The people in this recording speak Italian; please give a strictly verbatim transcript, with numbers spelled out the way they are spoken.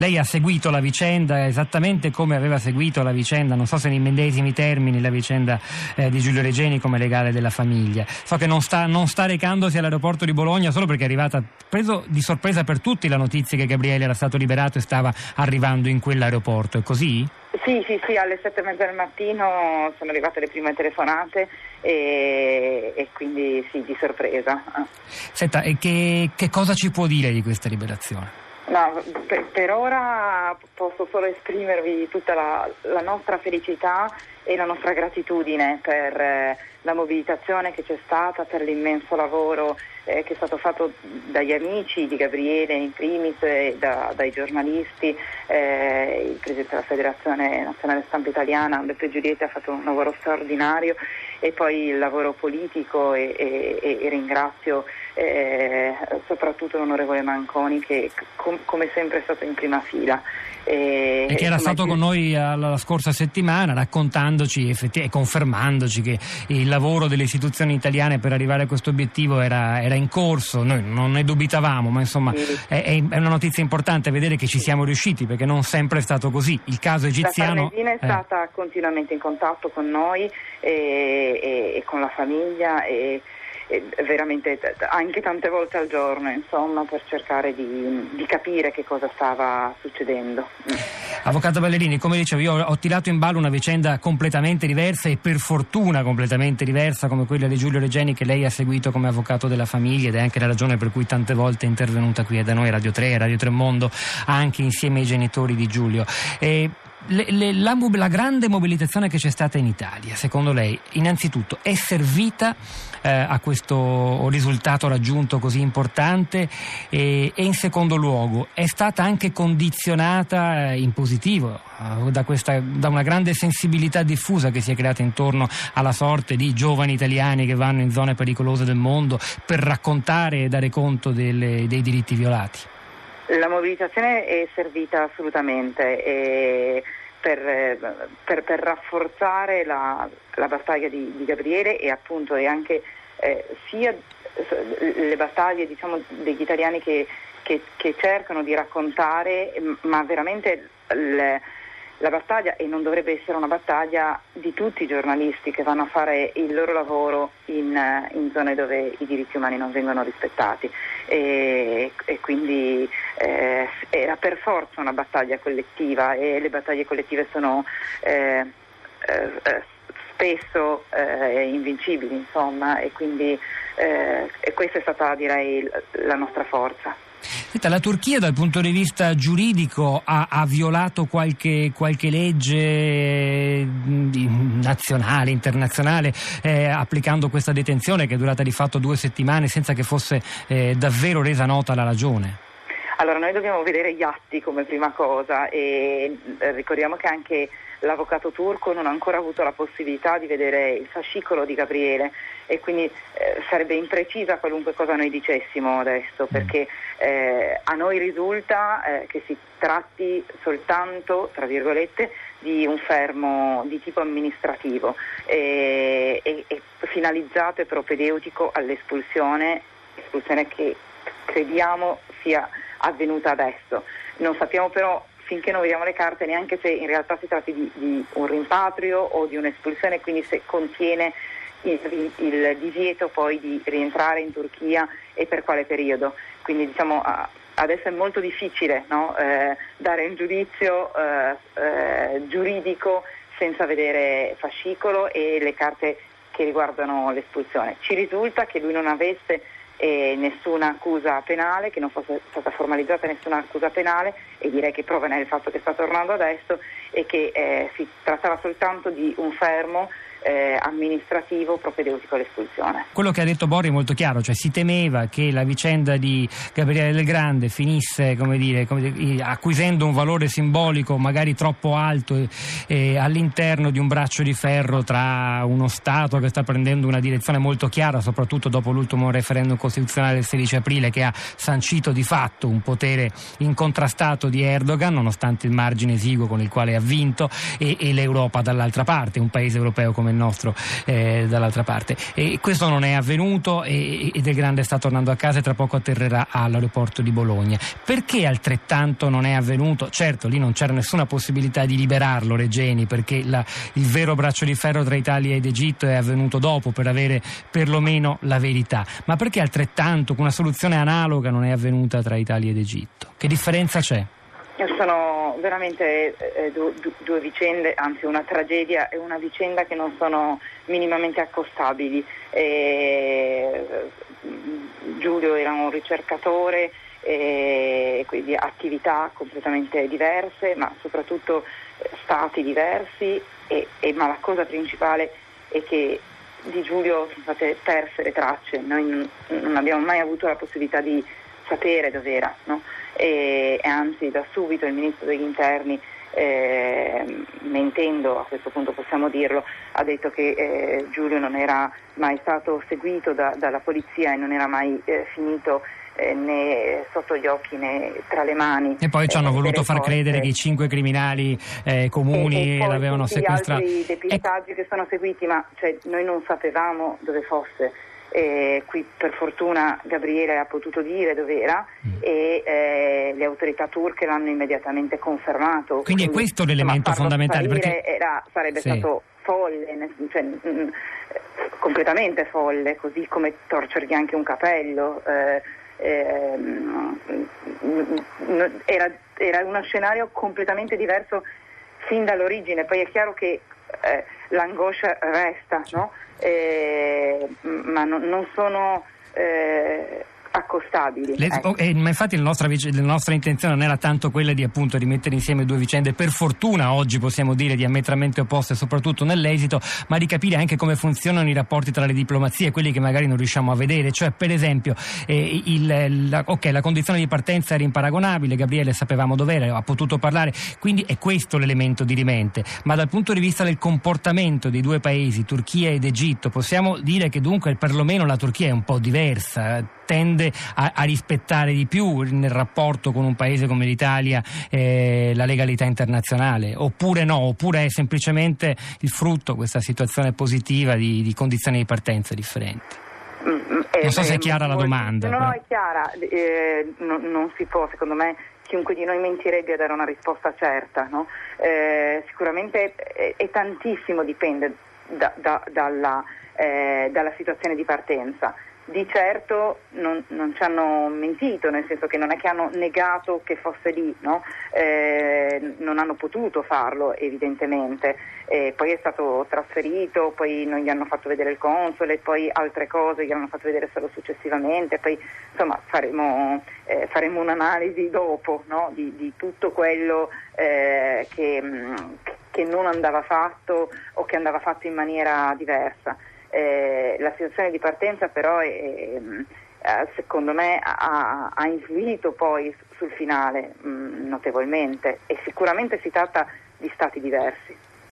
Lei ha seguito la vicenda esattamente come aveva seguito la vicenda, non so se nei medesimi termini, la vicenda eh, di Giulio Regeni come legale della famiglia. So che non sta, non sta recandosi all'aeroporto di Bologna solo perché è arrivata, preso di sorpresa per tutti, la notizia che Gabriele era stato liberato e stava arrivando in quell'aeroporto. È così? Sì, sì, sì, alle sette e mezza del mattino sono arrivate le prime telefonate e, e quindi sì, di sorpresa. Senta, e che, che cosa ci può dire di questa liberazione? No, per, per ora posso solo esprimervi tutta la, la nostra felicità e la nostra gratitudine per eh, la mobilitazione che c'è stata, per l'immenso lavoro eh, che è stato fatto dagli amici di Gabriele in primis e da, dai giornalisti. Eh, il presidente della Federazione Nazionale Stampa Italiana, Beppe Giulietti, ha fatto un lavoro straordinario, e poi il lavoro politico e, e, e ringrazio eh, soprattutto l'onorevole Manconi che com- come sempre è stato in prima fila. E, e che era stato con noi la, la scorsa settimana raccontandoci effetti- e confermandoci che il lavoro delle istituzioni italiane per arrivare a questo obiettivo era, era in corso. Noi non ne dubitavamo, ma insomma sì. è, è una notizia importante vedere che ci siamo riusciti, perché non sempre è stato così. Il caso egiziano la Farnesina è eh. stata continuamente in contatto con noi e, e, e con la famiglia e veramente anche tante volte al giorno, insomma, per cercare di, di capire che cosa stava succedendo. Avvocato Ballerini, come dicevo, io ho tirato in ballo una vicenda completamente diversa e per fortuna completamente diversa come quella di Giulio Regeni, che lei ha seguito come avvocato della famiglia, ed è anche la ragione per cui tante volte è intervenuta qui da noi Radio tre, Radio tre Mondo, anche insieme ai genitori di Giulio. E Le, le, la, la grande mobilitazione che c'è stata in Italia, secondo lei, innanzitutto è servita eh, a questo risultato raggiunto così importante e, e in secondo luogo è stata anche condizionata eh, in positivo eh, da, questa, da una grande sensibilità diffusa che si è creata intorno alla sorte di giovani italiani che vanno in zone pericolose del mondo per raccontare e dare conto delle, dei diritti violati? La mobilitazione è servita assolutamente e per, per, per rafforzare la, la battaglia di, di Gabriele e appunto e anche eh, sia le battaglie, diciamo, degli italiani che, che, che cercano di raccontare, ma veramente le, la battaglia, e non dovrebbe essere una battaglia, di tutti i giornalisti che vanno a fare il loro lavoro in, in zone dove i diritti umani non vengono rispettati e, e quindi eh, era per forza una battaglia collettiva, e le battaglie collettive sono eh, eh, spesso eh, invincibili, insomma, e quindi eh, e questa è stata, direi, la nostra forza. Senta, la Turchia dal punto di vista giuridico ha, ha violato qualche, qualche legge nazionale, internazionale, eh, applicando questa detenzione che è durata di fatto due settimane senza che fosse eh, davvero resa nota la ragione? Allora, noi dobbiamo vedere gli atti come prima cosa e eh, ricordiamo che anche l'avvocato turco non ha ancora avuto la possibilità di vedere il fascicolo di Gabriele e quindi eh, sarebbe imprecisa qualunque cosa noi dicessimo adesso, perché eh, a noi risulta eh, che si tratti soltanto, tra virgolette, di un fermo di tipo amministrativo e, e, e finalizzato e propedeutico all'espulsione, espulsione che crediamo sia avvenuta adesso. Non sappiamo però, finché non vediamo le carte, neanche se in realtà si tratti di, di un rimpatrio o di un'espulsione, quindi se contiene il, il divieto poi di rientrare in Turchia e per quale periodo. Quindi diciamo adesso è molto difficile, no? eh, dare un giudizio eh, eh, giuridico senza vedere fascicolo e le carte che riguardano l'espulsione. Ci risulta che lui non avesse e nessuna accusa penale, che non fosse stata formalizzata nessuna accusa penale, e direi che prova nel fatto che sta tornando adesso e che eh, si trattava soltanto di un fermo eh, amministrativo propedeutico all'espulsione. Quello che ha detto Borri è molto chiaro, cioè si temeva che la vicenda di Gabriele Del Grande finisse, come dire, come dire acquisendo un valore simbolico magari troppo alto eh, eh, all'interno di un braccio di ferro tra uno Stato che sta prendendo una direzione molto chiara, soprattutto dopo l'ultimo referendum costituzionale del sedici aprile, che ha sancito di fatto un potere incontrastato di Erdogan, nonostante il margine esiguo con il quale ha vinto, e, e l'Europa dall'altra parte, un paese europeo come come il nostro eh, dall'altra parte. E questo non è avvenuto e, ed il grande sta tornando a casa e tra poco atterrerà all'aeroporto di Bologna. Perché altrettanto non è avvenuto? Certo, lì non c'era nessuna possibilità di liberarlo Regeni, perché la, il vero braccio di ferro tra Italia ed Egitto è avvenuto dopo, per avere perlomeno la verità. Ma perché altrettanto, con una soluzione analoga, non è avvenuta tra Italia ed Egitto? Che differenza c'è? Sono veramente eh, due, due vicende, anzi una tragedia e una vicenda che non sono minimamente accostabili. Eh, Giulio era un ricercatore, eh, quindi attività completamente diverse, ma soprattutto eh, stati diversi, e, e, ma la cosa principale è che di Giulio sono state perse le tracce. Noi non, non abbiamo mai avuto la possibilità di sapere dov'era, no? E, e anzi da subito il ministro degli interni, eh, mentendo, a questo punto possiamo dirlo, ha detto che eh, Giulio non era mai stato seguito da, dalla polizia e non era mai eh, finito eh, né sotto gli occhi né tra le mani. E poi ci hanno eh, voluto far forze. credere che i cinque criminali eh, comuni e, e l'avevano sequestrato. Gli altri depistaggi ecco. che sono seguiti, ma cioè, noi non sapevamo dove fosse. Eh, qui per fortuna Gabriele ha potuto dire dov'era mm. e eh, le autorità turche l'hanno immediatamente confermato. Quindi, quindi è questo l'elemento insomma, fondamentale, perché era, sarebbe sì. stato folle, cioè, mh, completamente folle, così come torcergli anche un capello. Eh, eh, era, era uno scenario completamente diverso fin dall'origine. Poi è chiaro che eh, l'angoscia resta, no? Eh, ma no, non sono eh, accostabili. Le, ecco. eh, ma infatti la nostra, la nostra intenzione non era tanto quella di appunto di mettere insieme due vicende, per fortuna oggi possiamo dire diametralmente opposte soprattutto nell'esito, ma di capire anche come funzionano i rapporti tra le diplomazie, quelli che magari non riusciamo a vedere. Cioè, per esempio, eh, il, la, ok, la condizione di partenza era imparagonabile, Gabriele sapevamo dov'era, ha potuto parlare, quindi è questo l'elemento dirimente, ma dal punto di vista del comportamento dei due paesi, Turchia ed Egitto, possiamo dire che dunque perlomeno la Turchia è un po' diversa, tende a, a rispettare di più nel rapporto con un paese come l'Italia eh, la legalità internazionale, oppure no, oppure è semplicemente il frutto, questa situazione positiva, di, di condizioni di partenza differenti. Mm, eh, non so eh, se è chiara la domanda. No, però. no, è chiara, eh, no, non si può, secondo me chiunque di noi mentirebbe a dare una risposta certa, no? Eh, sicuramente è, è tantissimo dipende da, da, dalla, eh, dalla situazione di partenza. Di certo non, non ci hanno mentito, nel senso che non è che hanno negato che fosse lì, no? Eh, non hanno potuto farlo evidentemente, eh, poi è stato trasferito, poi non gli hanno fatto vedere il console, poi altre cose gli hanno fatto vedere solo successivamente, poi insomma faremo, eh, faremo un'analisi dopo, no? di, di tutto quello eh, che, che non andava fatto o che andava fatto in maniera diversa. Eh, la situazione di partenza però è, è, secondo me ha, ha influito poi sul finale mh, notevolmente, e sicuramente si tratta di stati diversi.